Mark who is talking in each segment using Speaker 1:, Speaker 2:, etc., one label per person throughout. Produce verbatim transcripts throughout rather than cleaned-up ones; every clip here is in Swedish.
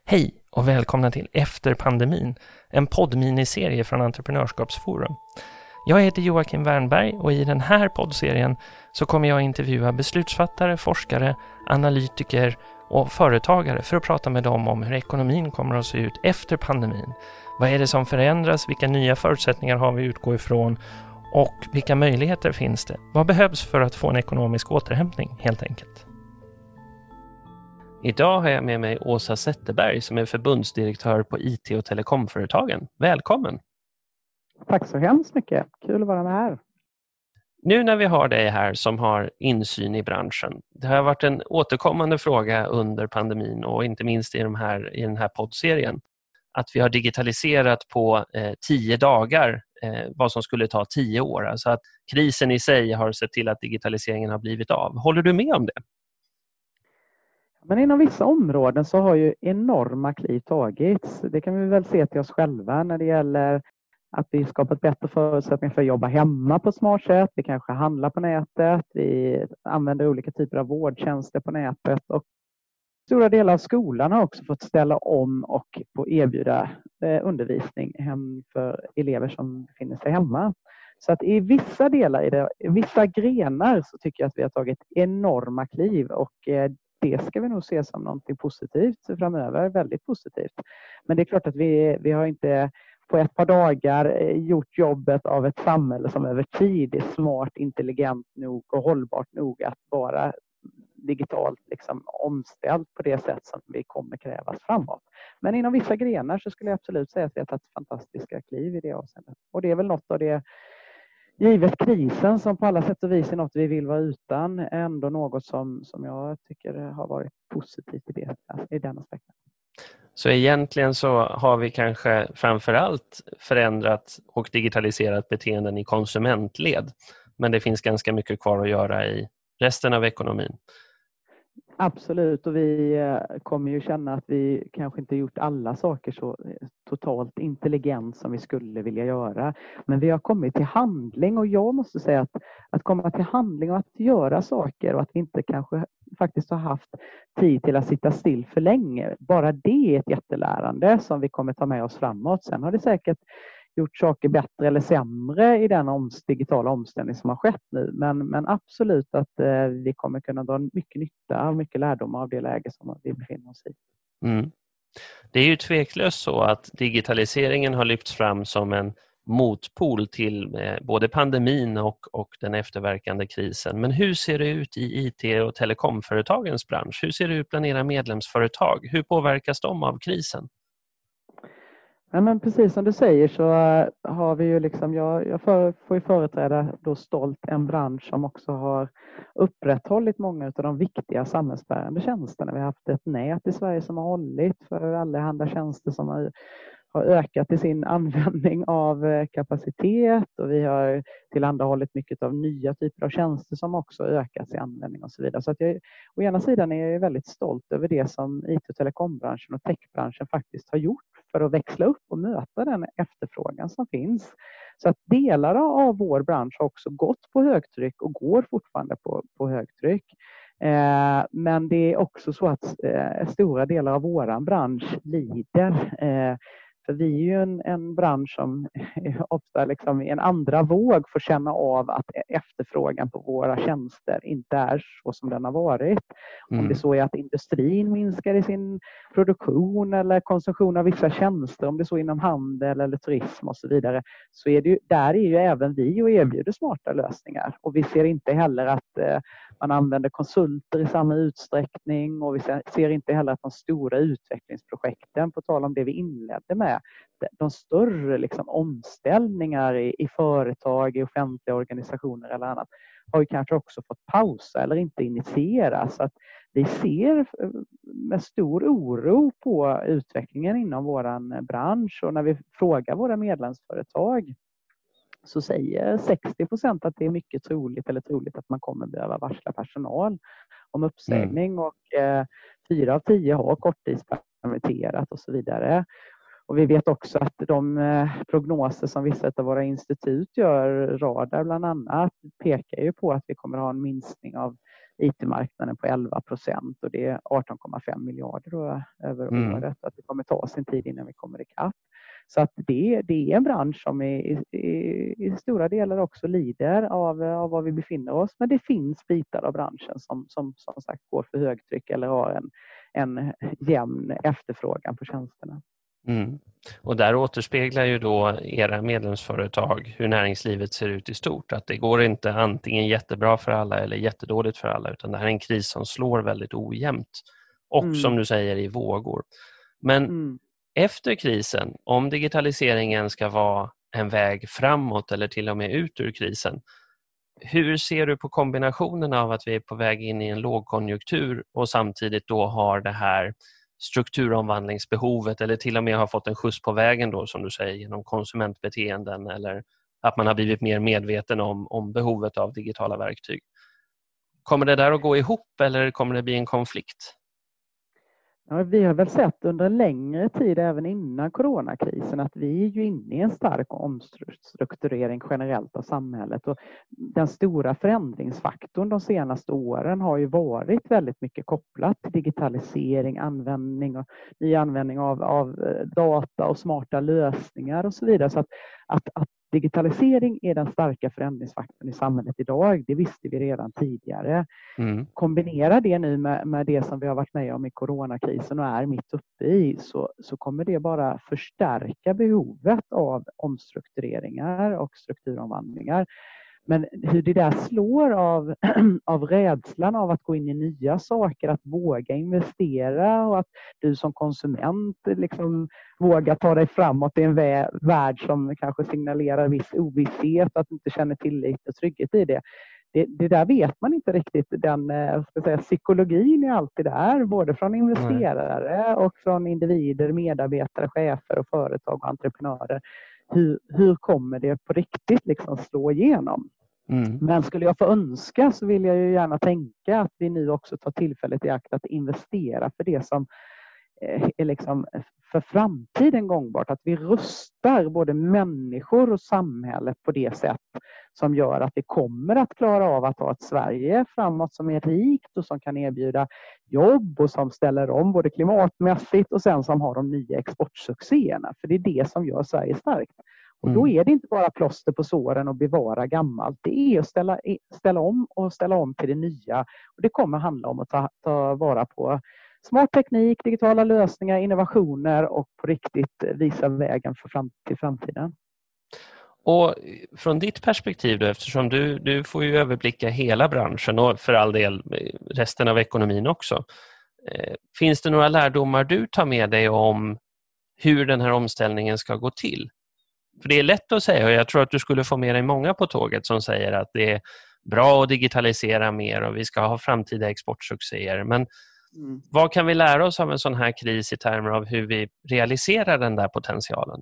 Speaker 1: Hej och välkomna till Efter pandemin, en poddminiserie från Entreprenörskapsforum. Jag heter Joakim Wernberg och i den här poddserien så kommer jag intervjua beslutsfattare, forskare, analytiker och företagare för att prata med dem om hur ekonomin kommer att se ut efter pandemin. Vad är det som förändras? Vilka nya förutsättningar har vi att utgå ifrån? Och vilka möjligheter finns det? Vad behövs för att få en ekonomisk återhämtning helt enkelt? Idag har jag med mig Åsa Zetterberg som är förbundsdirektör på I T- och telekomföretagen. Välkommen!
Speaker 2: Tack så hemskt mycket. Kul att vara med här.
Speaker 1: Nu när vi har dig här som har insyn i branschen. Det har varit en återkommande fråga under pandemin och inte minst i, de här, i den här poddserien. Att vi har digitaliserat på eh, tio dagar eh, vad som skulle ta tio år. Alltså att krisen i sig har sett till att digitaliseringen har blivit av. Håller du med om det?
Speaker 2: Men inom vissa områden så har ju enorma kliv tagits. Det kan vi väl se till oss själva när det gäller att vi skapat bättre förutsättningar för att jobba hemma på ett smart sätt. Vi kanske handlar på nätet. Vi använder olika typer av vårdtjänster på nätet. Och stora delar av skolan har också fått ställa om och få erbjuda undervisning hem för elever som befinner sig hemma. Så att i vissa delar, i, det, i vissa grenar så tycker jag att vi har tagit enorma kliv och det ska vi nog se som någonting positivt framöver, väldigt positivt. Men det är klart att vi, vi har inte på ett par dagar gjort jobbet av ett samhälle som över tid är smart, intelligent nog och hållbart nog att vara digitalt liksom omställt på det sätt som vi kommer krävas framåt. Men inom vissa grenar så skulle jag absolut säga att vi har tagit fantastiska kliv i det avseendet. Och det är väl något av det, givet krisen som på alla sätt och vis är något vi vill vara utan, ändå något som, som jag tycker har varit positivt i, det, i den aspekten.
Speaker 1: Så egentligen så har vi kanske framförallt förändrat och digitaliserat beteenden i konsumentled. Men det finns ganska mycket kvar att göra i resten av ekonomin.
Speaker 2: Absolut, och vi kommer ju känna att vi kanske inte gjort alla saker så totalt intelligent som vi skulle vilja göra. Men vi har kommit till handling och jag måste säga att att komma till handling och att göra saker och att vi inte kanske faktiskt har haft tid till att sitta still för länge. Bara det är ett jättelärande som vi kommer ta med oss framåt. Sen har det säkert gjort saker bättre eller sämre i den om, digitala omställning som har skett nu. Men, men absolut att eh, vi kommer kunna dra mycket nytta och mycket lärdom av det läge som vi befinner oss i.
Speaker 1: Mm. Det är ju tveklöst så att digitaliseringen har lyfts fram som en motpol till eh, både pandemin och, och den efterverkande krisen. Men hur ser det ut i I T- och telekomföretagens bransch? Hur ser det ut bland era medlemsföretag? Hur påverkas de av krisen?
Speaker 2: Ja, men precis som du säger så har vi ju liksom, jag, jag för, får ju företräda då stolt en bransch som också har upprätthållit många av de viktiga samhällsbärande tjänsterna. Vi har haft ett nät i Sverige som har hållit för allehanda tjänster som har, har ökat i sin användning av kapacitet och vi har tillhandahållit mycket av nya typer av tjänster som också ökat i användning och så vidare. Så att jag, å ena sidan är jag väldigt stolt över det som I T- och telekombranschen och techbranschen faktiskt har gjort för att växla upp och möta den efterfrågan som finns. Så att delar av vår bransch har också gått på högtryck och går fortfarande på, på högtryck. Eh, men det är också så att eh, stora delar av våran bransch lider. Eh, För vi är ju en, en bransch som ofta liksom i en andra våg får känna av att efterfrågan på våra tjänster inte är så som den har varit. Mm. Om det så är att industrin minskar i sin produktion eller konsumtion av vissa tjänster, om det så är inom handel eller turism och så vidare, så är det ju, där är ju även vi och erbjuder smarta lösningar. Och vi ser inte heller att eh, man använder konsulter i samma utsträckning och vi ser inte heller att de stora utvecklingsprojekten, på tal om det vi inledde med, de större liksom omställningar i, i företag, i offentliga organisationer eller annat, har ju kanske också fått pausa eller inte initieras. Så att vi ser med stor oro på utvecklingen inom våran bransch och när vi frågar våra medlemsföretag så säger sextio procent att det är mycket troligt eller troligt att man kommer behöva varsla personal om uppsägning mm. och eh, fyra av tio har korttidspermitterat och så vidare. Och vi vet också att de eh, prognoser som vissa av våra institut gör, Radar bland annat, pekar ju på att vi kommer ha en minskning av I T-marknaden på elva procent och det är arton komma fem miljarder då, över mm. året. Att det kommer ta sin tid innan vi kommer ikapp. Så att det, det är en bransch som i, i, i stora delar också lider av, av var vi befinner oss. Men det finns bitar av branschen som som, som sagt går för högtryck eller har en, en jämn efterfrågan på tjänsterna.
Speaker 1: Mm. Och där återspeglar ju då era medlemsföretag hur näringslivet ser ut i stort. Att det går inte antingen jättebra för alla eller jättedåligt för alla, utan det här är en kris som slår väldigt ojämnt. Och mm. som du säger i vågor. Men mm. efter krisen, om digitaliseringen ska vara en väg framåt eller till och med ut ur krisen, hur ser du på kombinationen av att vi är på väg in i en lågkonjunktur och samtidigt då har det här strukturomvandlingsbehovet eller till och med har fått en skjuts på vägen då, som du säger, genom konsumentbeteenden eller att man har blivit mer medveten om, om behovet av digitala verktyg. Kommer det där att gå ihop eller kommer det bli en konflikt?
Speaker 2: Ja, vi har väl sett under en längre tid, även innan coronakrisen, att vi är ju inne i en stark omstrukturering generellt av samhället. Och den stora förändringsfaktorn de senaste åren har ju varit väldigt mycket kopplat till digitalisering, användning och ny användning av, av data och smarta lösningar och så vidare. Så att, att, att digitalisering är den starka förändringsfaktorn i samhället idag. Det visste vi redan tidigare. Mm. Kombinera det nu med, med det som vi har varit med om i coronakrisen och är mitt uppe i, så, så kommer det bara förstärka behovet av omstruktureringar och strukturomvandlingar. Men hur det där slår av, av rädslan av att gå in i nya saker, att våga investera och att du som konsument liksom vågar ta dig framåt i en vä- värld som kanske signalerar viss ovisshet, att du inte känner tillit och trygghet i det. Det, det där vet man inte riktigt, den ska säga, psykologin är alltid där, både från investerare och från individer, medarbetare, chefer och företag och entreprenörer. Hur, hur kommer det på riktigt liksom slå igenom? Mm. Men skulle jag få önska så vill jag ju gärna tänka att vi nu också tar tillfället i akt att investera för det som är liksom för framtiden gångbart. Att vi rustar både människor och samhället på det sätt som gör att vi kommer att klara av att ha ett Sverige framåt som är rikt och som kan erbjuda jobb och som ställer om både klimatmässigt och sen som har de nya exportsuccéerna. För det är det som gör Sverige starkt. Och då är det inte bara plåster på såren och bevara gammalt. Det är att ställa, ställa om och ställa om till det nya. Och det kommer handla om att ta, ta vara på smart teknik, digitala lösningar, innovationer och på riktigt visa vägen för fram, till framtiden.
Speaker 1: Och från ditt perspektiv då, eftersom du, du får ju överblicka hela branschen och för all del resten av ekonomin också. Eh, finns det några lärdomar du tar med dig om hur den här omställningen ska gå till? För det är lätt att säga och jag tror att du skulle få med dig många på tåget som säger att det är bra att digitalisera mer och vi ska ha framtida exportsuccéer. Men mm. vad kan vi lära oss av en sån här kris i termer av hur vi realiserar den där potentialen?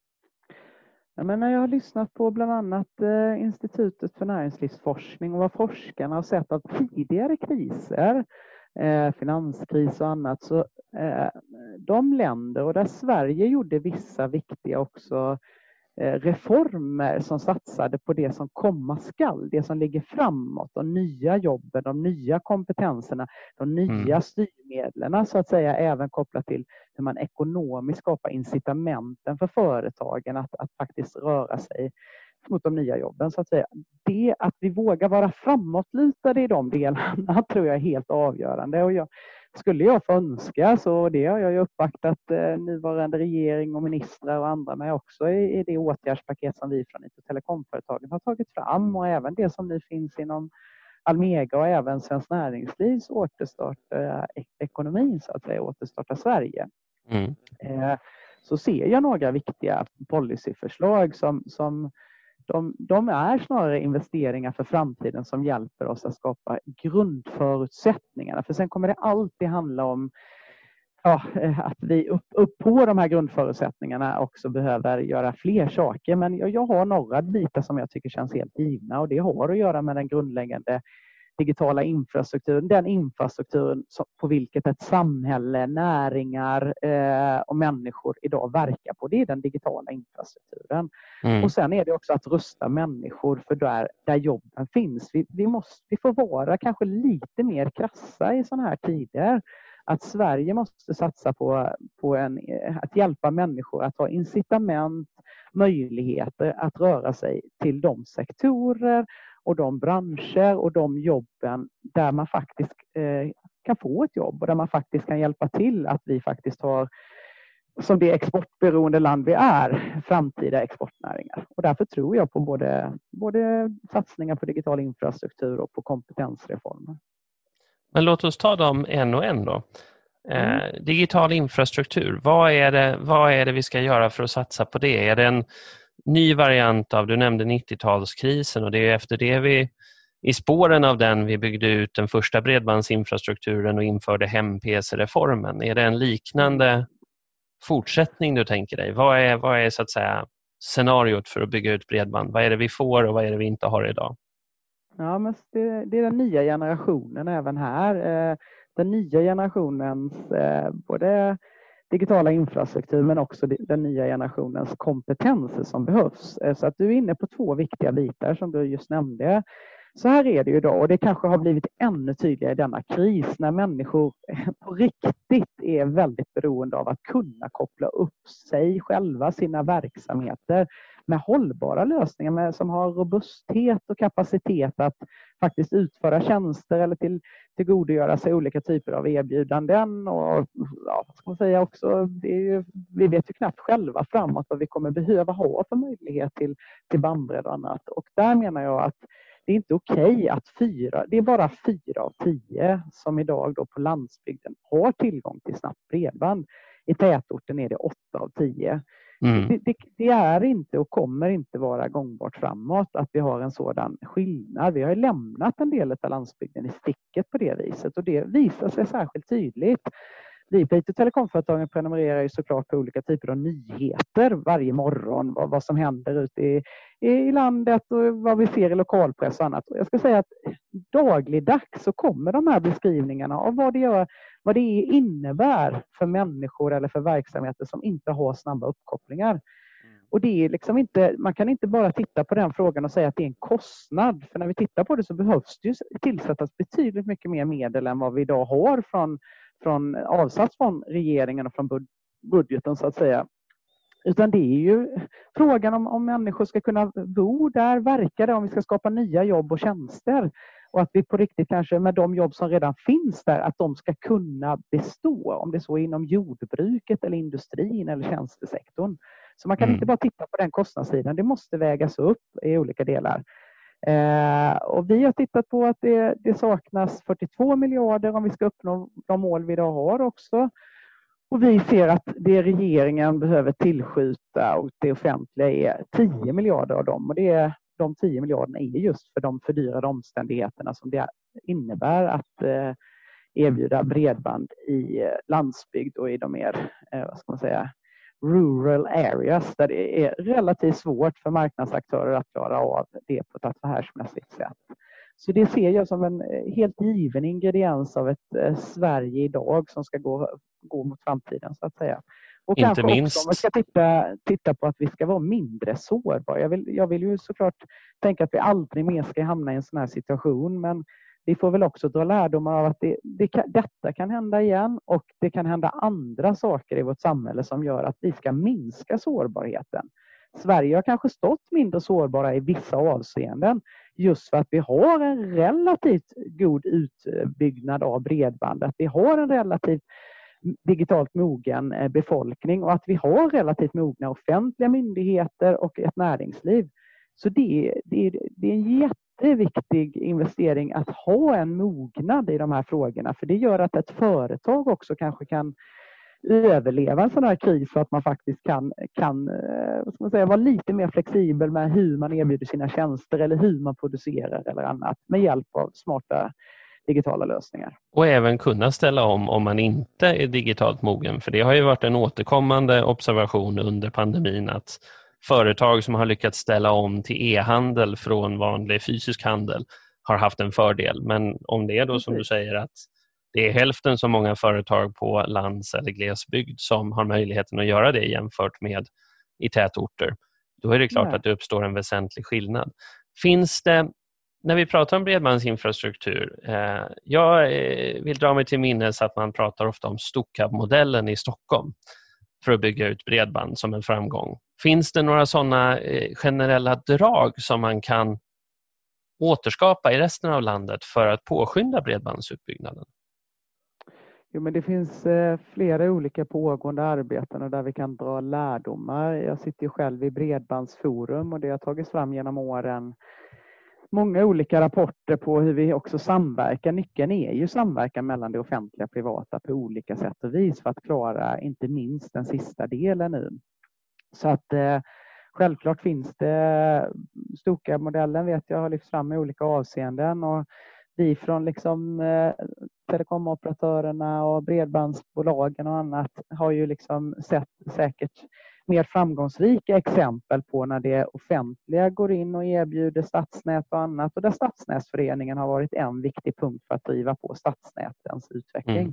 Speaker 2: Ja, men när jag har lyssnat på bland annat eh, Institutet för näringslivsforskning och vad forskarna har sett av tidigare kriser, eh, finanskris och annat, så eh, de länder och där Sverige gjorde vissa viktiga också reformer som satsade på det som komma skall, det som ligger framåt, de nya jobben, de nya kompetenserna, de nya mm. styrmedlen så att säga, även kopplat till hur man ekonomiskt skapar incitamenten för företagen att, att faktiskt röra sig mot de nya jobben så att säga. Det att vi vågar vara framåtlutade i de delarna tror jag är helt avgörande och jag skulle jag få önska, så det har jag ju uppvaktat eh, nuvarande regering och ministrar och andra med också i, i det åtgärdspaket som vi från I T och telekomföretagen har tagit fram och även det som nu finns inom Almega och även Svenskt Näringslivs återstarta eh, ekonomin så att säga, återstarta Sverige. Mm. Eh, så ser jag några viktiga policyförslag som, som De, de är snarare investeringar för framtiden som hjälper oss att skapa grundförutsättningarna. För sen kommer det alltid handla om ja, att vi upp, upp på de här grundförutsättningarna också behöver göra fler saker. Men jag, jag har några bitar som jag tycker känns helt givna och det har att göra med den grundläggande digitala infrastrukturen, den infrastrukturen som, på vilket ett samhälle, näringar eh, och människor idag verkar på. Det är den digitala infrastrukturen. Mm. Och sen är det också att rusta människor för där, där jobben finns. Vi, vi, måste, vi får vara kanske lite mer krassa i sådana här tider. Att Sverige måste satsa på, på en, att hjälpa människor att ha incitament, möjligheter att röra sig till de sektorer och de branscher och de jobben där man faktiskt eh, kan få ett jobb och där man faktiskt kan hjälpa till att vi faktiskt har, som det exportberoende land vi är, framtida exportnäringar. Och därför tror jag på både, både satsningar på digital infrastruktur och på kompetensreformer.
Speaker 1: Men låt oss ta dem en och en då. Mm. Eh, digital infrastruktur, vad är, det, vad är det vi ska göra för att satsa på det? Är det en ny variant av, du nämnde nittiotalskrisen och det är efter det vi, i spåren av den vi byggde ut den första bredbandsinfrastrukturen och införde hem-P C-reformen. Är det en liknande fortsättning du tänker dig? Vad är, vad är så att säga scenariot för att bygga ut bredband? Vad är det vi får och vad är det vi inte har idag?
Speaker 2: Ja, men det, det är den nya generationen även här. Den nya generationens både digitala infrastruktur men också den nya generationens kompetenser som behövs. Så att du är inne på två viktiga bitar som du just nämnde. Så här är det ju idag och det kanske har blivit ännu tydligare i denna kris när människor på riktigt är väldigt beroende av att kunna koppla upp sig själva, sina verksamheter med hållbara lösningar med, som har robusthet och kapacitet att faktiskt utföra tjänster eller till, tillgodogöra sig olika typer av erbjudanden. Och ja, vad ska man säga också, det är ju, vi vet ju knappt själva framåt vad vi kommer behöva ha för möjlighet till, till bandbredd och annat. Och där menar jag att det är inte okej att fyra, det är bara fyra av tio som idag då på landsbygden har tillgång till snabbt bredband. I tätorten är det åtta av tio. Mm. Det, det, det är inte och kommer inte vara gångbart framåt att vi har en sådan skillnad. Vi har lämnat en del av landsbygden i sticket på det viset och det visar sig särskilt tydligt. Vi på I T- och telekomföretagen prenumererar ju såklart på olika typer av nyheter varje morgon. Vad, vad som händer ute i, i landet och vad vi ser i lokalpress och annat. Och jag ska säga att dagligdags så kommer de här beskrivningarna av vad det, gör, vad det innebär för människor eller för verksamheter som inte har snabba uppkopplingar. Mm. Och det är liksom inte, man kan inte bara titta på den frågan och säga att det är en kostnad. För när vi tittar på det så behövs det ju tillsättas betydligt mycket mer medel än vad vi idag har från från avsats från regeringen och från budgeten så att säga. Utan det är ju frågan om, om människor ska kunna bo där, verka där, om vi ska skapa nya jobb och tjänster. Och att vi på riktigt kanske med de jobb som redan finns där, att de ska kunna bestå. Om det så är inom jordbruket eller industrin eller tjänstesektorn. Så man kan mm. inte bara titta på den kostnadssidan, det måste vägas upp i olika delar. Eh, och vi har tittat på att det, det saknas fyrtiotvå miljarder om vi ska uppnå de mål vi idag har också. Och vi ser att det regeringen behöver tillskjuta och det offentliga är tio miljarder av dem. Och det är, de tio miljarderna är just för de fördyrade omständigheterna som det innebär att eh, erbjuda bredband i eh, landsbygd och i de mer, eh, vad ska man säga, rural areas där det är relativt svårt för marknadsaktörer att klara av det på ett affärsmässigt sätt. Så det ser jag som en helt given ingrediens av ett eh, Sverige idag som ska gå, gå mot framtiden så att säga. Och
Speaker 1: inte
Speaker 2: kanske
Speaker 1: minst.
Speaker 2: också om vi ska titta, titta på att vi ska vara mindre sårbara. Jag vill, jag vill ju såklart tänka att vi aldrig mer ska hamna i en sån här situation, men vi får väl också dra lärdomar av att det, det kan, detta kan hända igen och det kan hända andra saker i vårt samhälle som gör att vi ska minska sårbarheten. Sverige har kanske stått mindre sårbara i vissa avseenden just för att vi har en relativt god utbyggnad av bredband, att vi har en relativt digitalt mogen befolkning och att vi har relativt mogna offentliga myndigheter och ett näringsliv. Så det, det, det är en jätte Det är en viktig investering att ha en mognad i de här frågorna. För det gör att ett företag också kanske kan överleva en sån här kris så att man faktiskt kan, kan vad ska man säga, vara lite mer flexibel med hur man erbjuder sina tjänster eller hur man producerar eller annat med hjälp av smarta digitala lösningar.
Speaker 1: Och även kunna ställa om om man inte är digitalt mogen. För det har ju varit en återkommande observation under pandemin att företag som har lyckats ställa om till e-handel från vanlig fysisk handel har haft en fördel. Men om det är då som du säger att det är hälften så många företag på lands- eller glesbygd som har möjligheten att göra det jämfört med i tätorter, då är det klart
Speaker 2: Nej.
Speaker 1: att det uppstår en väsentlig skillnad. Finns det, när vi pratar om bredbandsinfrastruktur, eh, jag eh, vill dra mig till minnes att man pratar ofta om Stockab-modellen i Stockholm för att bygga ut bredband som en framgång. Finns det några sådana eh, generella drag som man kan återskapa i resten av landet för att påskynda bredbandsutbyggnaden?
Speaker 2: Jo, men det finns eh, flera olika pågående arbeten och där vi kan dra lärdomar. Jag sitter ju själv i Bredbandsforum och det har tagits fram genom åren många olika rapporter på hur vi också samverkar. Nyckeln är ju samverkan mellan det offentliga och privata på olika sätt och vis för att klara inte minst den sista delen nu. Så att eh, självklart finns det, Stockab-modellen vet jag har lyfts fram i olika avseenden och vi från liksom eh, telekomoperatörerna och bredbandsbolagen och annat har ju liksom sett säkert mer framgångsrika exempel på när det offentliga går in och erbjuder stadsnät och annat och där stadsnätsföreningen har varit en viktig punkt för att driva på stadsnätens utveckling.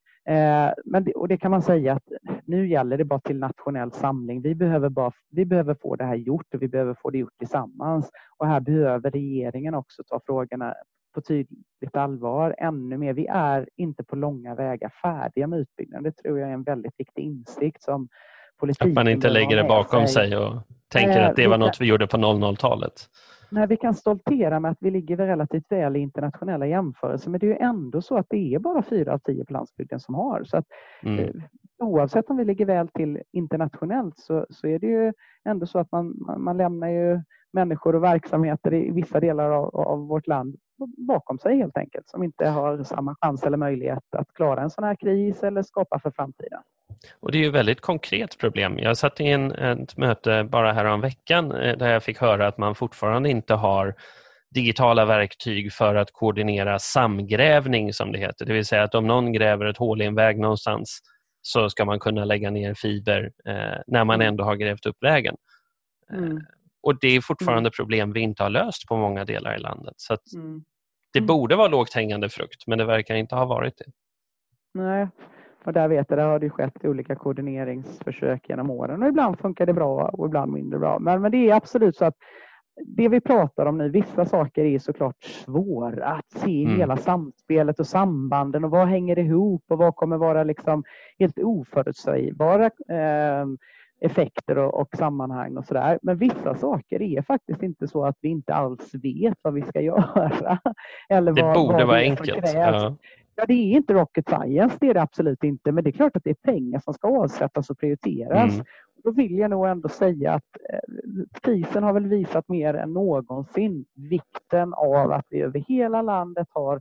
Speaker 2: Mm. Eh, men det, och det kan man säga att nu gäller det bara till nationell samling. Vi behöver, bara, vi behöver få det här gjort och vi behöver få det gjort tillsammans och här behöver regeringen också ta frågorna på tydligt allvar ännu mer. Vi är inte på långa vägar färdiga med utbyggnaden. Det tror jag är en väldigt viktig insikt som politiken.
Speaker 1: Att man inte lägger det bakom sig, sig och tänker äh, att det var något vi gjorde på noll noll-talet.
Speaker 2: Nej, vi kan stoltera med att vi ligger relativt väl i internationella jämförelser, men det är ju ändå så att det är bara fyra av tio på landsbygden som har. Så att, mm. eh, oavsett om vi ligger väl till internationellt så, så är det ju ändå så att man, man, man lämnar ju människor och verksamheter i vissa delar av, av vårt land bakom sig helt enkelt, som inte har samma chans eller möjlighet att klara en sån här kris eller skapa för framtiden.
Speaker 1: Och det är ju ett väldigt konkret problem. Jag satt i en, ett möte bara här om veckan där jag fick höra att man fortfarande inte har digitala verktyg för att koordinera samgrävning som det heter. Det vill säga att om någon gräver ett hål i en väg någonstans så ska man kunna lägga ner fiber eh, när man ändå har grävt upp vägen. Mm. Eh, och det är fortfarande problem vi inte har löst på många delar i landet. Så att
Speaker 2: mm.
Speaker 1: det borde vara lågt hängande frukt, men det verkar inte ha varit det.
Speaker 2: Nej, och där vet jag, där har det skett olika koordineringsförsök genom åren och ibland funkar det bra och ibland mindre bra. Men, men det är absolut så att det vi pratar om nu, vissa saker är såklart svåra att se mm. hela samspelet och sambanden och vad hänger ihop och vad kommer vara liksom helt oförutsägbara eh, effekter och, och sammanhang och sådär. Men vissa saker är faktiskt inte så att vi inte alls vet vad vi ska göra. Eller
Speaker 1: det
Speaker 2: vad,
Speaker 1: borde
Speaker 2: vad
Speaker 1: vara
Speaker 2: det
Speaker 1: enkelt. Ja.
Speaker 2: Ja, det är inte rocket science, det är det absolut inte. Men det är klart att det är pengar som ska avsättas och prioriteras. Mm. Då vill jag nog ändå säga att eh, krisen har väl visat mer än någonsin vikten av att vi över hela landet har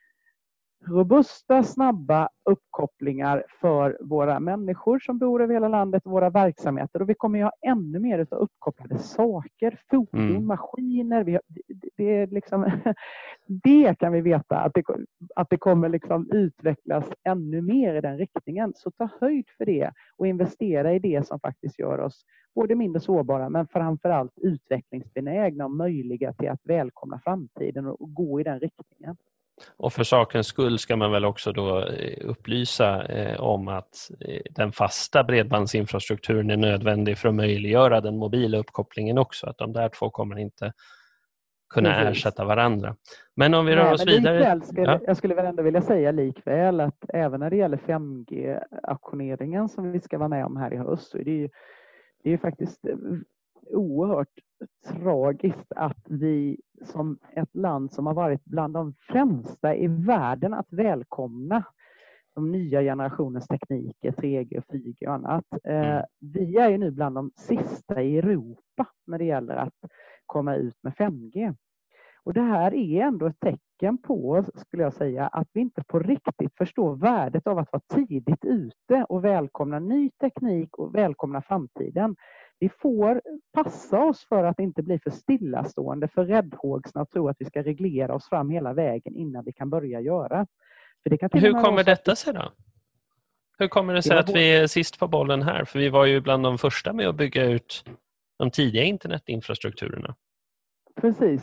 Speaker 2: robusta, snabba uppkopplingar för våra människor som bor över hela landet och våra verksamheter. Och vi kommer ju ha ännu mer av uppkopplade saker, fordon, mm. maskiner. Vi har, det, det, är liksom, det kan vi veta att det, att det kommer liksom utvecklas ännu mer i den riktningen. Så ta höjd för det och investera i det som faktiskt gör oss både mindre sårbara men framförallt utvecklingsbenägna och möjliga till att välkomna framtiden och gå i den riktningen.
Speaker 1: Och för sakens skull ska man väl också då upplysa eh, om att eh, den fasta bredbandsinfrastrukturen är nödvändig för att möjliggöra den mobila uppkopplingen också. Att de där två kommer inte kunna Precis. ersätta varandra. Men om vi rör oss vidare...
Speaker 2: Skulle, ja. Jag skulle väl ändå vilja säga likväl att även när det gäller fem G-auktioneringen som vi ska vara med om här i höst så är det ju, det är ju faktiskt oerhört tragiskt att vi som ett land som har varit bland de främsta i världen att välkomna de nya generationens tekniker, tre G, fyra G och annat. Mm. Vi är ju nu bland de sista i Europa när det gäller att komma ut med fem G. Och det här är ändå ett tecken på, skulle jag säga, att vi inte på riktigt förstår värdet av att vara tidigt ute och välkomna ny teknik och välkomna framtiden. Vi får passa oss för att inte bli för stillastående, för räddhågsna och tro att vi ska reglera oss fram hela vägen innan vi kan börja göra. För det kan
Speaker 1: Hur kommer detta sig då? Hur kommer det sig att vi är sist på bollen här? För vi var ju bland de första med att bygga ut de tidiga internetinfrastrukturerna.
Speaker 2: Precis.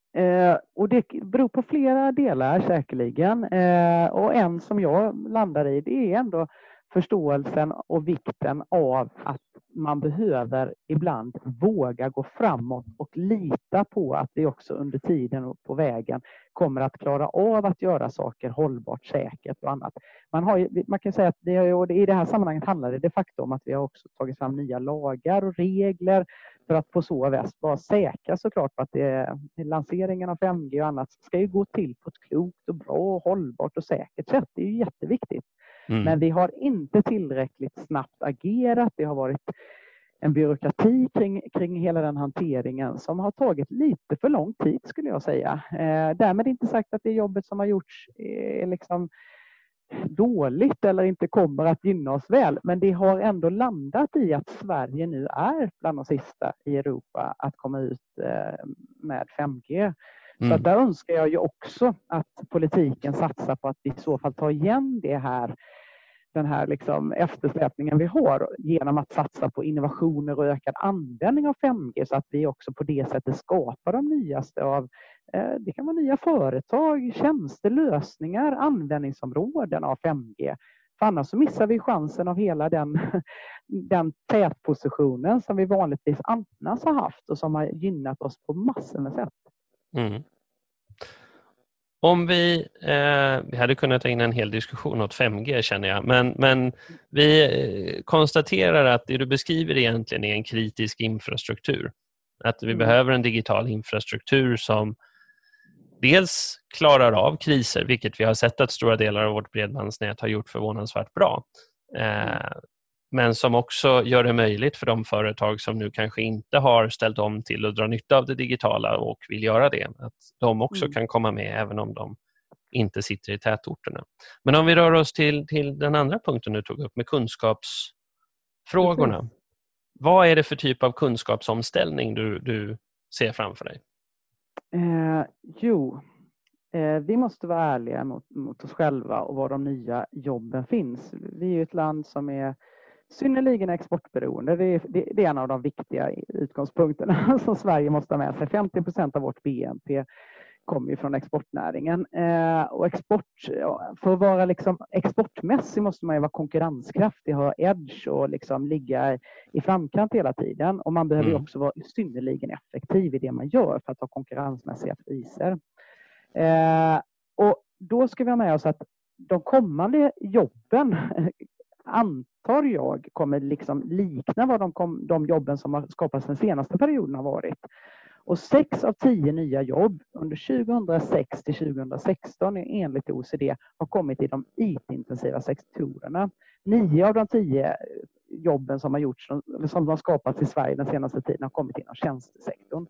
Speaker 2: Eh, och det beror på flera delar säkerligen. Eh, och en som jag landar i, det är ändå förståelsen och vikten av att man behöver ibland våga gå framåt och lita på att vi också under tiden och på vägen kommer att klara av att göra saker hållbart, säkert och annat. Man, har ju, man kan säga att det, och i det här sammanhanget handlar det de facto om att vi har också tagit fram nya lagar och regler för att på så vis vara säkra såklart på att det, lanseringen av fem G och annat ska ju gå till på ett klokt och bra, hållbart och säkert sätt. Det är ju jätteviktigt. Mm. Men vi har inte tillräckligt snabbt agerat. Det har varit en byråkrati kring, kring hela den hanteringen som har tagit lite för lång tid skulle jag säga. Eh, därmed inte sagt att det jobbet som har gjorts är liksom dåligt eller inte kommer att gynna oss väl. Men det har ändå landat i att Sverige nu är bland de sista i Europa att komma ut eh, med fem G. Mm. Så att där önskar jag ju också att politiken satsar på att vi i så fall tar igen det här, den här liksom eftersläpningen vi har genom att satsa på innovationer och ökad användning av fem G så att vi också på det sättet skapar de nyaste av, eh, det kan vara nya företag, tjänster, lösningar, användningsområden av fem G. För annars så missar vi chansen av hela den, den tätpositionen som vi vanligtvis annars har haft och som har gynnat oss på massor med sätt.
Speaker 1: Mm. Om vi, eh, vi hade kunnat ta in en hel diskussion åt fem G känner jag, men, men vi eh, konstaterar att det du beskriver egentligen är en kritisk infrastruktur. Att vi mm. behöver en digital infrastruktur som dels klarar av kriser, vilket vi har sett att stora delar av vårt bredbandsnät har gjort förvånansvärt bra. Eh, mm. Men som också gör det möjligt för de företag som nu kanske inte har ställt om till att dra nytta av det digitala och vill göra det, att de också mm. kan komma med även om de inte sitter i tätorterna. Men om vi rör oss till, till den andra punkten du tog upp med kunskapsfrågorna. Mm. Vad är det för typ av kunskapsomställning du, du ser framför dig?
Speaker 2: Eh, jo, eh, vi måste vara ärliga mot, mot oss själva och var de nya jobben finns. Vi är ju ett land som är synnerligen exportberoende. Det är, det, det är en av de viktiga utgångspunkterna som Sverige måste ha med sig. femtio procent av vårt B N P kommer ju från exportnäringen. Eh, och export, för att vara liksom exportmässig måste man ju vara konkurrenskraftig, ha edge och liksom ligga i framkant hela tiden. Och man behöver mm. också vara synnerligen effektiv i det man gör för att ha konkurrensmässiga priser. Eh, och då ska vi ha med oss att de kommande jobben antar jag kommer liksom likna vad de, kom, de jobben som har skapats den senaste perioden har varit. Och sex av tio nya jobb under tjugohundrasex till tjugohundrasexton enligt O E C D har kommit i de I T-intensiva sektorerna. Nio av de tio jobben som har gjorts, som har skapats i Sverige den senaste tiden har kommit inom tjänstesektorn.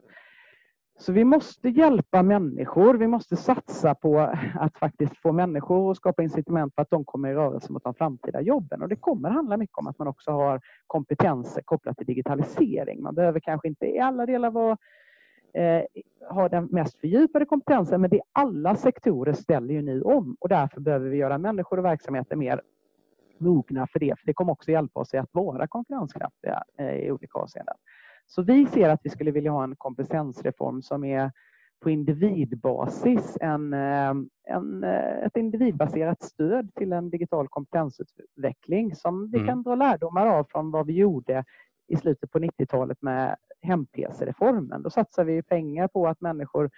Speaker 2: Så vi måste hjälpa människor, vi måste satsa på att faktiskt få människor att skapa incitament för att de kommer i rörelse mot de framtida jobben. Och det kommer handla mycket om att man också har kompetenser kopplat till digitalisering. Man behöver kanske inte i alla delar vara, eh, ha den mest fördjupade kompetensen, men det är alla sektorer ställer ju nu om. Och därför behöver vi göra människor och verksamheter mer mogna för det. För det kommer också hjälpa oss att vara konkurrenskraftiga eh, i olika avseenden. Så vi ser att vi skulle vilja ha en kompetensreform som är på individbasis, en, en, ett individbaserat stöd till en digital kompetensutveckling som vi mm. kan dra lärdomar av från vad vi gjorde i slutet på nittiotalet med hem-P C-reformen. Då satsar vi pengar på att människor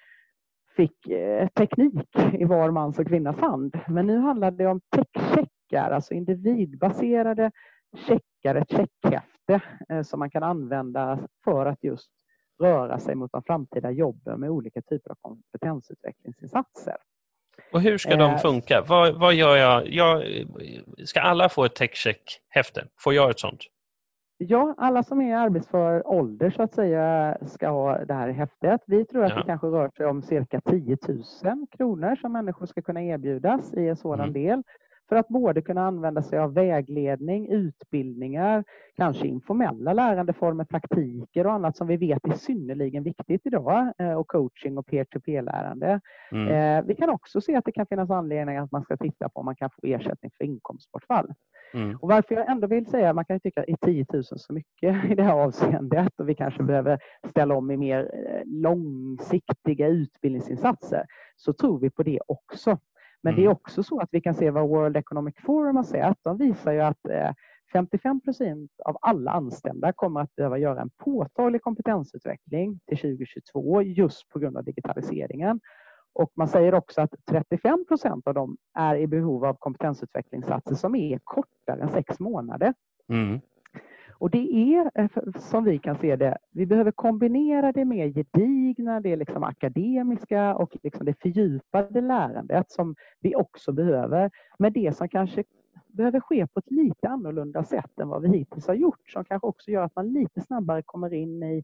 Speaker 2: fick teknik i var mans och kvinnas hand. Men nu handlar det om tech-checkar, alltså individbaserade checkar, ett checkhäfte som man kan använda för att just röra sig mot de framtida jobben med olika typer av kompetensutvecklingsinsatser.
Speaker 1: Och hur ska de funka? Vad, vad gör jag? jag? Ska alla få ett tech-check-häfte? Får jag ett sånt?
Speaker 2: Ja, alla som är i arbetsför ålder så att säga ska ha det här häftet. Vi tror att ja. det kanske rör sig om cirka tio tusen kronor som människor ska kunna erbjudas i en sådan mm. del. För att både kunna använda sig av vägledning, utbildningar, kanske informella lärandeformer, praktiker och annat som vi vet är synnerligen viktigt idag. Och coaching och peer-to-peer-lärande. Mm. Vi kan också se att det kan finnas anledning att man ska titta på om man kan få ersättning för inkomstbortfall. Mm. Och varför jag ändå vill säga, man kan ju tycka att tio tusen så mycket i det här avseendet och vi kanske behöver ställa om i mer långsiktiga utbildningsinsatser, så tror vi på det också. Men mm. det är också så att vi kan se vad World Economic Forum har sett. De visar ju att femtiofem procent av alla anställda kommer att behöva göra en påtaglig kompetensutveckling till tjugo tjugotvå just på grund av digitaliseringen. Och man säger också att trettiofem procent av dem är i behov av kompetensutvecklingsinsatser som är kortare än sex månader. Mm. Och det är, som vi kan se det, vi behöver kombinera det med gedigna, det liksom akademiska och liksom det fördjupade lärandet som vi också behöver, med det som kanske behöver ske på ett lite annorlunda sätt än vad vi hittills har gjort, som kanske också gör att man lite snabbare kommer in i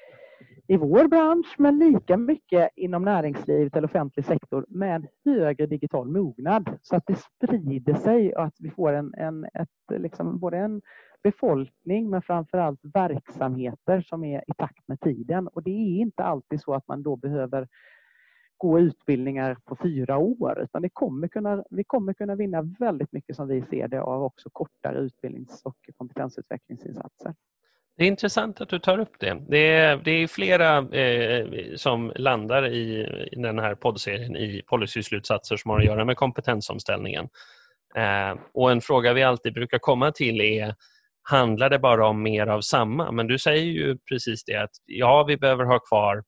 Speaker 2: i vår bransch, men lika mycket inom näringslivet eller offentlig sektor med högre digital mognad, så att det sprider sig och att vi får en, en, ett, liksom, både en befolkning men framförallt verksamheter som är i takt med tiden. Och det är inte alltid så att man då behöver gå utbildningar på fyra år, utan det kommer kunna, vi kommer kunna vinna väldigt mycket som vi ser det av också kortare utbildnings- och kompetensutvecklingsinsatser.
Speaker 1: Det är intressant att du tar upp det. Det är, det är flera eh, som landar i, i den här poddserien i policyslutsatser som har att göra med kompetensomställningen. Eh, och en fråga vi alltid brukar komma till är, handlar det bara om mer av samma? Men du säger ju precis det att ja, vi behöver ha kvar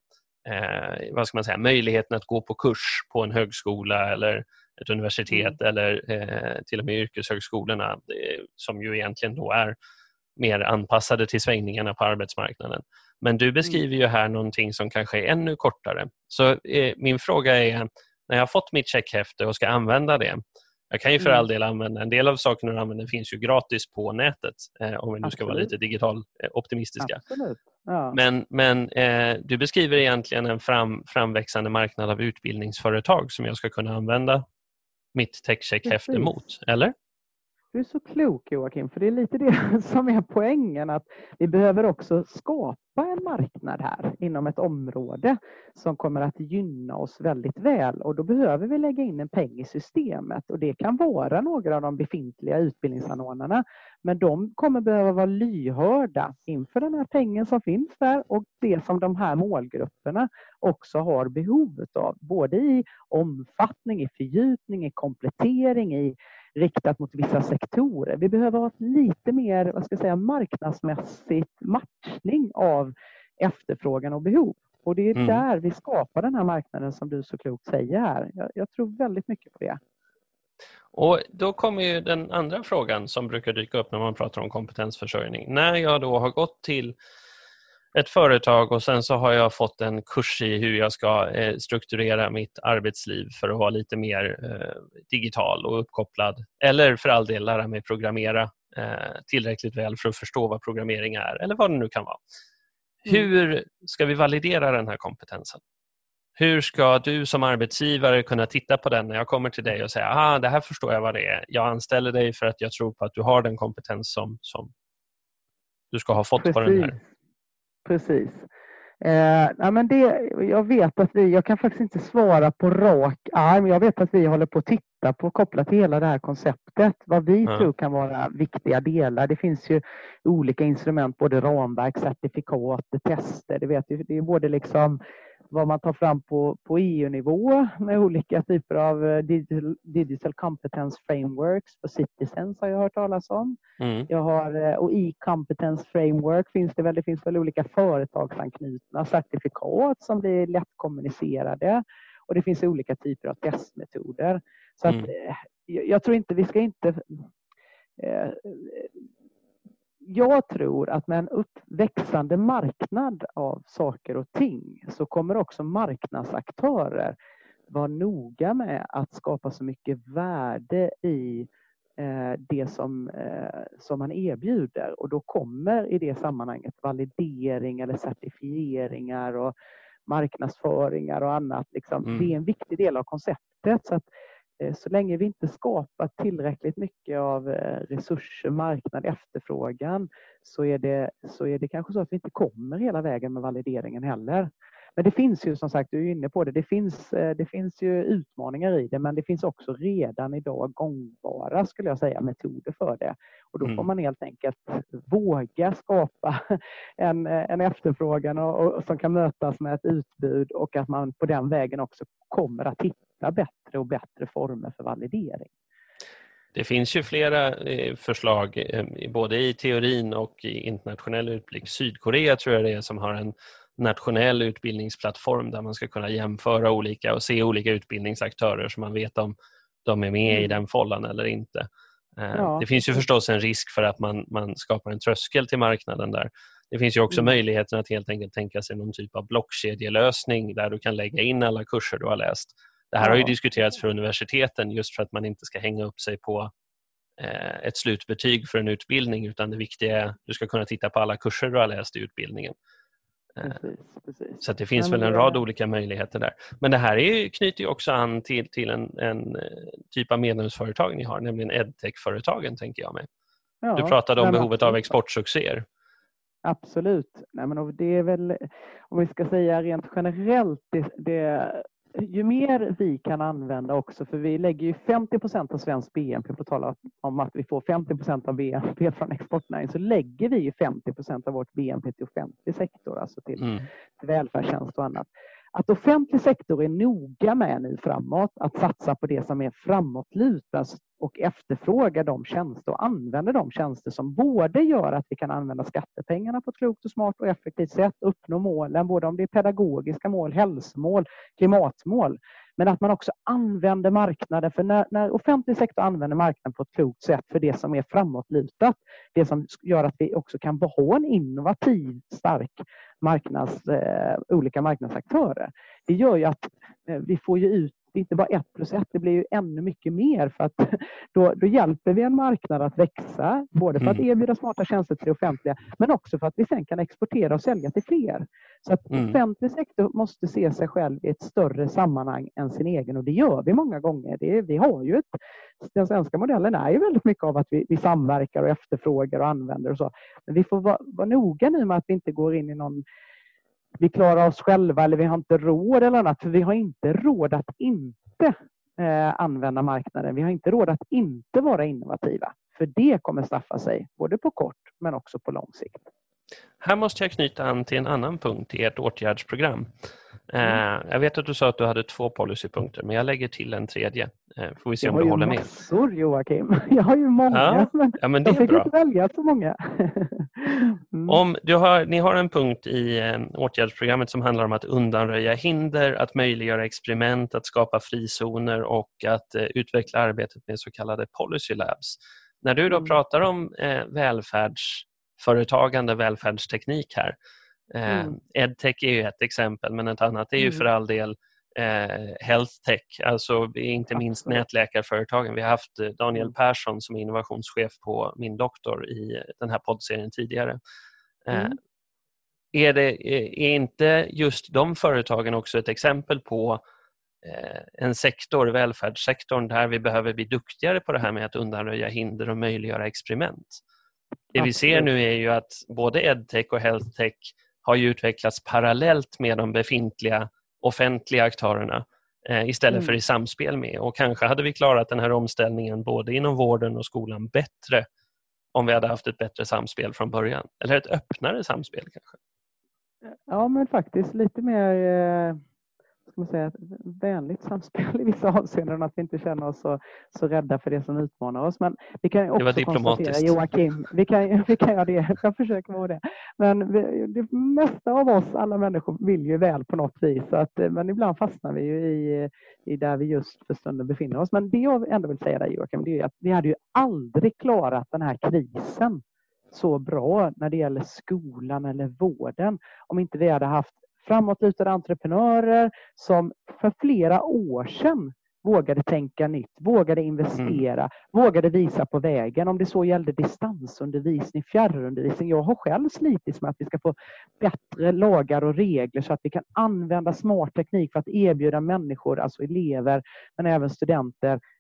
Speaker 1: eh, vad ska man säga, möjligheten att gå på kurs på en högskola eller ett universitet mm. eller eh, till och med yrkeshögskolorna eh, som ju egentligen då är mer anpassade till svängningarna på arbetsmarknaden. Men du beskriver ju här någonting som kanske är ännu kortare. Så eh, min fråga är, när jag har fått mitt checkhäfte och ska använda det, jag kan ju för all del använda, en del av sakerna du använder finns ju gratis på nätet, eh, om vi nu ska Absolut. vara lite digital eh, optimistiska.
Speaker 2: Absolut. Ja.
Speaker 1: Men, men eh, du beskriver egentligen en fram, framväxande marknad av utbildningsföretag som jag ska kunna använda mitt techcheckhäfte mot, eller?
Speaker 2: Du är så klok, Joakim, för det är lite det som är poängen, att vi behöver också skapa en marknad här inom ett område som kommer att gynna oss väldigt väl, och då behöver vi lägga in en peng i systemet, och det kan vara några av de befintliga utbildningsanordnarna, men de kommer behöva vara lyhörda inför den här pengen som finns där och det som de här målgrupperna också har behov av, både i omfattning, i fördjupning, i komplettering, i riktat mot vissa sektorer. Vi behöver ha lite mer, vad ska jag säga, marknadsmässigt matchning av efterfrågan och behov. Och det är mm. där vi skapar den här marknaden som du så klokt säger här. Jag, jag tror väldigt mycket på det.
Speaker 1: Och då kommer ju den andra frågan som brukar dyka upp när man pratar om kompetensförsörjning. När jag då har gått till ett företag och sen så har jag fått en kurs i hur jag ska eh, strukturera mitt arbetsliv för att vara lite mer eh, digital och uppkopplad, eller för all del lära mig programmera eh, tillräckligt väl för att förstå vad programmering är eller vad det nu kan vara. Mm. Hur ska vi validera den här kompetensen? Hur ska du som arbetsgivare kunna titta på den när jag kommer till dig och säga ah, det här förstår jag vad det är. Jag anställer dig för att jag tror på att du har den kompetens som, som du ska ha fått Precis. på den här.
Speaker 2: Precis. Eh, ja, men det, jag vet att vi, jag kan faktiskt inte svara på rak arm. Jag vet att vi håller på att titta på, kopplat till hela det här konceptet, vad vi ja. tror kan vara viktiga delar. Det finns ju olika instrument, både ramverk, certifikat, tester. Det vet ju, det är både liksom vad man tar fram på, på E U-nivå med olika typer av digital, digital competence frameworks. För Citizens har jag hört talas om. Mm. Jag har, och i competence framework finns det väl, det finns väl olika företagsanknutna certifikat som blir lättkommunicerade. Och det finns olika typer av testmetoder. Så mm. att jag tror inte, vi ska inte... Eh, Jag tror att med en uppväxande marknad av saker och ting så kommer också marknadsaktörer vara noga med att skapa så mycket värde i eh, det som, eh, som man erbjuder. Och då kommer i det sammanhanget validering eller certifieringar och marknadsföringar och annat. Liksom. Mm. Det är en viktig del av konceptet. Så att så länge vi inte skapar tillräckligt mycket av resurser, marknad, efterfrågan så är det, så är det kanske så att vi inte kommer hela vägen med valideringen heller. Men det finns ju, som sagt, du är inne på det, det finns, det finns ju utmaningar i det, men det finns också redan idag gångbara, skulle jag säga, metoder för det. Och då mm. får man helt enkelt våga skapa en, en efterfrågan och, och, som kan mötas med ett utbud, och att man på den vägen också kommer att hitta bättre och bättre former för validering.
Speaker 1: Det finns ju flera förslag både i teorin och i internationell utblick. Sydkorea tror jag det är som har en nationell utbildningsplattform där man ska kunna jämföra olika och se olika utbildningsaktörer så man vet om de är med mm. i den follan eller inte. Ja. Det finns ju förstås en risk för att man, man skapar en tröskel till marknaden där. Det finns ju också mm. möjligheten att helt enkelt tänka sig någon typ av blockkedjelösning där du kan lägga in alla kurser du har läst. Det här ja. har ju diskuterats för universiteten just för att man inte ska hänga upp sig på eh, ett slutbetyg för en utbildning, utan det viktiga är att du ska kunna titta på alla kurser du har läst i utbildningen.
Speaker 2: Precis, precis.
Speaker 1: Så att det finns Men, väl en rad det... olika möjligheter där. Men det här är ju, knyter ju också an till, till en, en typ av medlemsföretag ni har, nämligen edtech-företagen, tänker jag mig. Ja, du pratade om behovet absolut. av exportsuccéer.
Speaker 2: Absolut. Nej, men det är väl, om vi ska säga rent generellt, det, det, ju mer vi kan använda också, för vi lägger ju femtio procent av svensk B N P, på tal om att vi får femtio procent av B N P från exportnäringen, så lägger vi ju femtio procent av vårt B N P till offentlig sektor, alltså till, mm. till välfärdstjänst och annat. Att offentlig sektor är noga med nu framåt att satsa på det som är framåtlutat och efterfråga de tjänster och använda de tjänster som både gör att vi kan använda skattepengarna på ett klokt och smart och effektivt sätt, uppnå målen, både om det är pedagogiska mål, hälsomål, klimatmål, men att man också använder marknaden, för när, när offentlig sektor använder marknaden på ett klokt sätt för det som är framåtlutat, det som gör att vi också kan ha en innovativ, stark marknads, eh, olika marknadsaktörer. Det gör ju att eh, vi får ju ut inte bara ett plus ett, det blir ju ännu mycket mer, för att då, då hjälper vi en marknad att växa, både för att erbjuda smarta tjänster till det offentliga, men också för att vi sen kan exportera och sälja till fler. Så att mm. offentlig sektor måste se sig själv i ett större sammanhang än sin egen, och det gör vi många gånger. Det är, vi har ju ett, den svenska modellen är ju väldigt mycket av att vi, vi samverkar och efterfrågar och använder och så. Men vi får vara, vara noga nu med att vi inte går in i någon vi klarar oss själva eller vi har inte råd eller annat, för vi har inte råd att inte eh, använda marknaden. Vi har inte råd att inte vara innovativa, för det kommer straffa sig både på kort men också på lång sikt.
Speaker 1: Här måste jag knyta an till en annan punkt i ert åtgärdsprogram. Mm. Jag vet att du sa att du hade två policypunkter, men jag lägger till en tredje. Får vi se om du håller med.
Speaker 2: Jag har ju massor, Joakim. Jag har ju många,
Speaker 1: ja.
Speaker 2: men,
Speaker 1: ja, men det
Speaker 2: jag fick
Speaker 1: är bra.
Speaker 2: inte välja så många.
Speaker 1: mm. Om du har, ni har en punkt i eh, åtgärdsprogrammet som handlar om att undanröja hinder, att möjliggöra experiment, att skapa frizoner och att eh, utveckla arbetet med så kallade policy labs. När du då mm. pratar om eh, välfärdsföretagande, välfärdsteknik här, Mm. EdTech är ju ett exempel, men ett annat är ju mm. för all del eh, HealthTech, alltså inte minst Absolut. nätläkarföretagen. Vi har haft Daniel mm. Persson som är innovationschef på Min Doktor i den här poddserien tidigare. Mm. Eh, är, det, är inte just de företagen också ett exempel på eh, en sektor, välfärdssektorn, där vi behöver bli duktigare på det här med att undanröja hinder och möjliggöra experiment? Det vi ser nu är ju att både EdTech och HealthTech har ju utvecklats parallellt med de befintliga offentliga aktörerna eh, istället mm. för i samspel med. Och kanske hade vi klarat den här omställningen både inom vården och skolan bättre om vi hade haft ett bättre samspel från början. Eller ett öppnare samspel kanske.
Speaker 2: Ja, men faktiskt lite mer eh, ska man säga, ett vänligt samspel i vissa avseenden, att vi inte känner oss så, så rädda för det som utmanar oss. Men vi kan också
Speaker 1: det var diplomatiskt.
Speaker 2: konstatera, Joakim, vi kan, vi kan göra det, jag försöker vara det. Men vi, det mesta av oss, alla människor, vill ju väl på något vis. Så att, men ibland fastnar vi ju i, i där vi just för stunden befinner oss. Men det jag ändå vill säga där, Joakim, det är att vi hade ju aldrig klarat den här krisen så bra när det gäller skolan eller vården om inte vi hade haft framåtlutade entreprenörer som för flera år sedan vågade tänka nytt, vågade investera, mm. vågade visa på vägen. Om det så gällde distansundervisning, fjärrundervisning. Jag har själv slitit med att vi ska få bättre lagar och regler så att vi kan använda smart teknik för att erbjuda människor, alltså elever, men även studenter,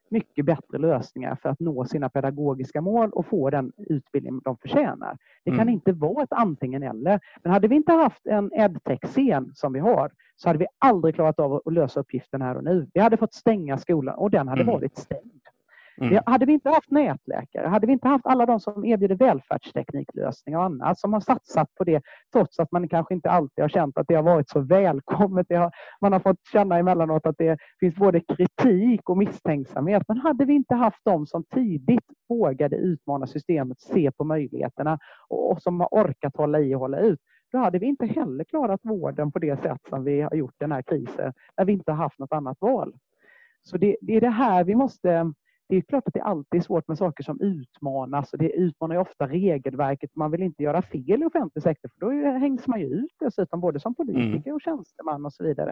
Speaker 2: mycket bättre lösningar för att nå sina pedagogiska mål och få den utbildning de förtjänar. Det kan mm. inte vara ett antingen eller. Men hade vi inte haft en edtech-scen som vi har, så hade vi aldrig klarat av att lösa uppgiften här och nu. Vi hade fått stänga skolan och den hade mm. varit stängd. Mm. Vi, hade vi inte haft nätläkare, hade vi inte haft alla de som erbjuder välfärdstekniklösningar och annat som har satsat på det, trots att man kanske inte alltid har känt att det har varit så välkommet. Det har, man har fått känna emellanåt att det finns både kritik och misstänksamhet. Men hade vi inte haft de som tidigt vågade utmana systemet, se på möjligheterna och, och som har orkat hålla i och hålla ut, då hade vi inte heller klarat vården på det sätt som vi har gjort den här krisen, när vi inte har haft något annat val. Så det, det är det här vi måste... Det är klart att det alltid är svårt med saker som utmanas, och det utmanar ju ofta regelverket. Man vill inte göra fel i offentlig sektor, för då hängs man ju ut dessutom, både som politiker och tjänsteman och så vidare.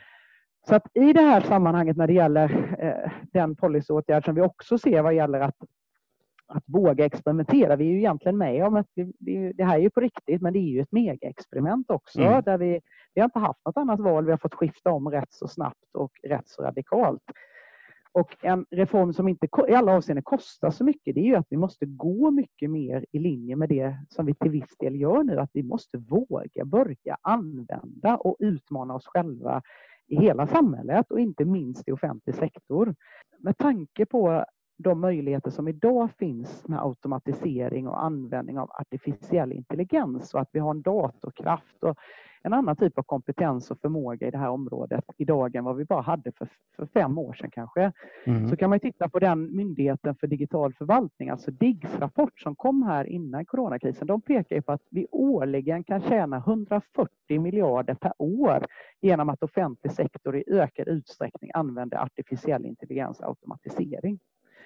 Speaker 2: Så att i det här sammanhanget, när det gäller eh, den policyåtgärd som vi också ser vad gäller att, att våga experimentera, vi är ju egentligen med om att vi, det, det här är ju på riktigt, men det är ju ett mega-experiment också, mm. där vi, vi har inte haft något annat val, vi har fått skifta om rätt så snabbt och rätt så radikalt. Och en reform som inte i alla avseenden kostar så mycket, det är ju att vi måste gå mycket mer i linje med det som vi till viss del gör nu. Att vi måste våga börja använda och utmana oss själva i hela samhället och inte minst i offentlig sektor. Med tanke på de möjligheter som idag finns med automatisering och användning av artificiell intelligens, och att vi har en datorkraft och en annan typ av kompetens och förmåga i det här området idag än vad vi bara hade för, för fem år sedan kanske. Mm. Så kan man titta på den myndigheten för digital förvaltning, alltså D I G:s rapport som kom här innan coronakrisen. De pekar ju på att vi årligen kan tjäna hundrafyrtio miljarder per år genom att offentlig sektor i ökad utsträckning använder artificiell intelligens och automatisering.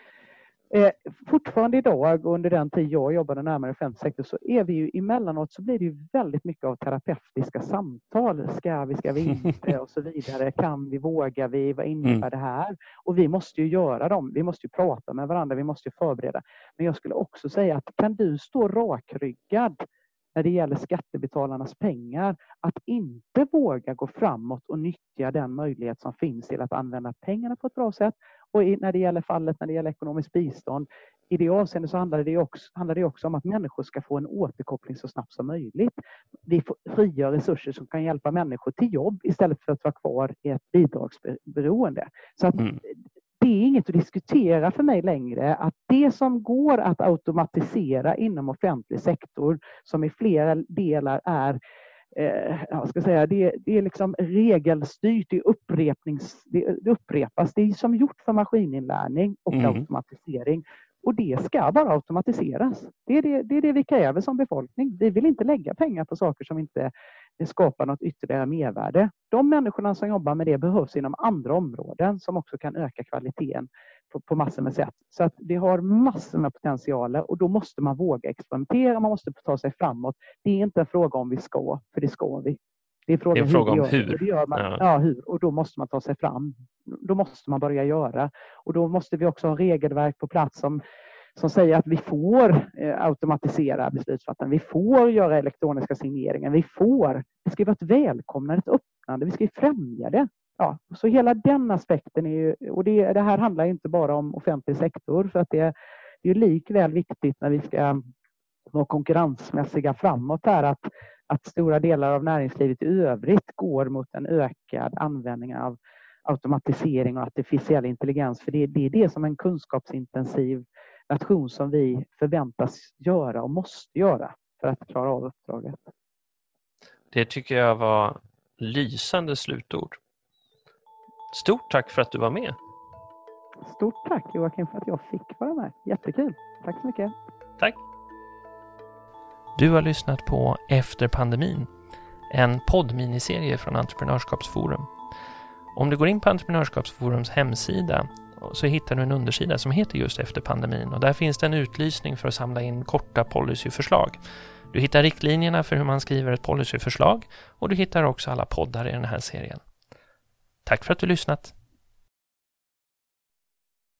Speaker 2: Eh, fortfarande idag och under den tid jag jobbade närmare offentlig sektor, så är vi ju emellanåt, så blir det ju väldigt mycket av terapeutiska samtal. Ska vi, ska vi inte och så vidare. Kan vi, vågar vi, vad innebär mm. det här? Och vi måste ju göra dem. Vi måste ju prata med varandra, vi måste ju förbereda. Men jag skulle också säga att kan du stå rakryggad när det gäller skattebetalarnas pengar, att inte våga gå framåt och nyttja den möjlighet som finns till att använda pengarna på ett bra sätt. Och i, när det gäller fallet, när det gäller ekonomiskt bistånd, i det avseendet så handlar det också, handlar det också om att människor ska få en återkoppling så snabbt som möjligt. Vi får frigör resurser som kan hjälpa människor till jobb istället för att vara kvar i ett bidragsberoende. Så att mm. det är inget att diskutera för mig längre, att det som går att automatisera inom offentlig sektor, som i flera delar är eh, jag ska säga, det, det är liksom regelstyrt, det, upprepnings, det, det upprepas, det är som gjort för maskininlärning och mm. automatisering. Och det ska bara automatiseras. Det är det, det är det vi kräver som befolkning. Vi vill inte lägga pengar på saker som inte skapar något ytterligare mervärde. De människorna som jobbar med det behövs inom andra områden som också kan öka kvaliteten på, på massor med sätt. Så att det har massor med potentialer, och då måste man våga experimentera, man måste ta sig framåt. Det är inte en fråga om vi ska, för det ska vi. Det är, frågan
Speaker 1: det är en fråga
Speaker 2: hur
Speaker 1: om hur.
Speaker 2: Det gör man. Ja. ja, hur. Och då måste man ta sig fram. Då måste man börja göra. Och då måste vi också ha regelverk på plats som, som säger att vi får eh, automatisera beslutsfattande. Vi får göra elektroniska signeringar. Vi får. Det ska vara ett välkomnande, ett öppnande. Vi ska främja det. Ja, så hela den aspekten är ju, och det, det här handlar inte bara om offentlig sektor, för att det, det är likväl viktigt när vi ska vara konkurrensmässiga framåt här, att att stora delar av näringslivet i övrigt går mot en ökad användning av automatisering och artificiell intelligens. För det, det är det som en kunskapsintensiv nation som vi förväntas göra och måste göra för att klara av uppdraget.
Speaker 1: Det tycker jag var lysande slutord. Stort tack för att du var med.
Speaker 2: Stort tack Joakim för att jag fick vara med. Jättekul. Tack så mycket.
Speaker 1: Tack. Du har lyssnat på Efter pandemin, en poddminiserie från Entreprenörskapsforum. Om du går in på Entreprenörskapsforums hemsida så hittar du en undersida som heter just Efter pandemin, och där finns det en utlysning för att samla in korta policyförslag. Du hittar riktlinjerna för hur man skriver ett policyförslag, och du hittar också alla poddar i den här serien. Tack för att du lyssnat.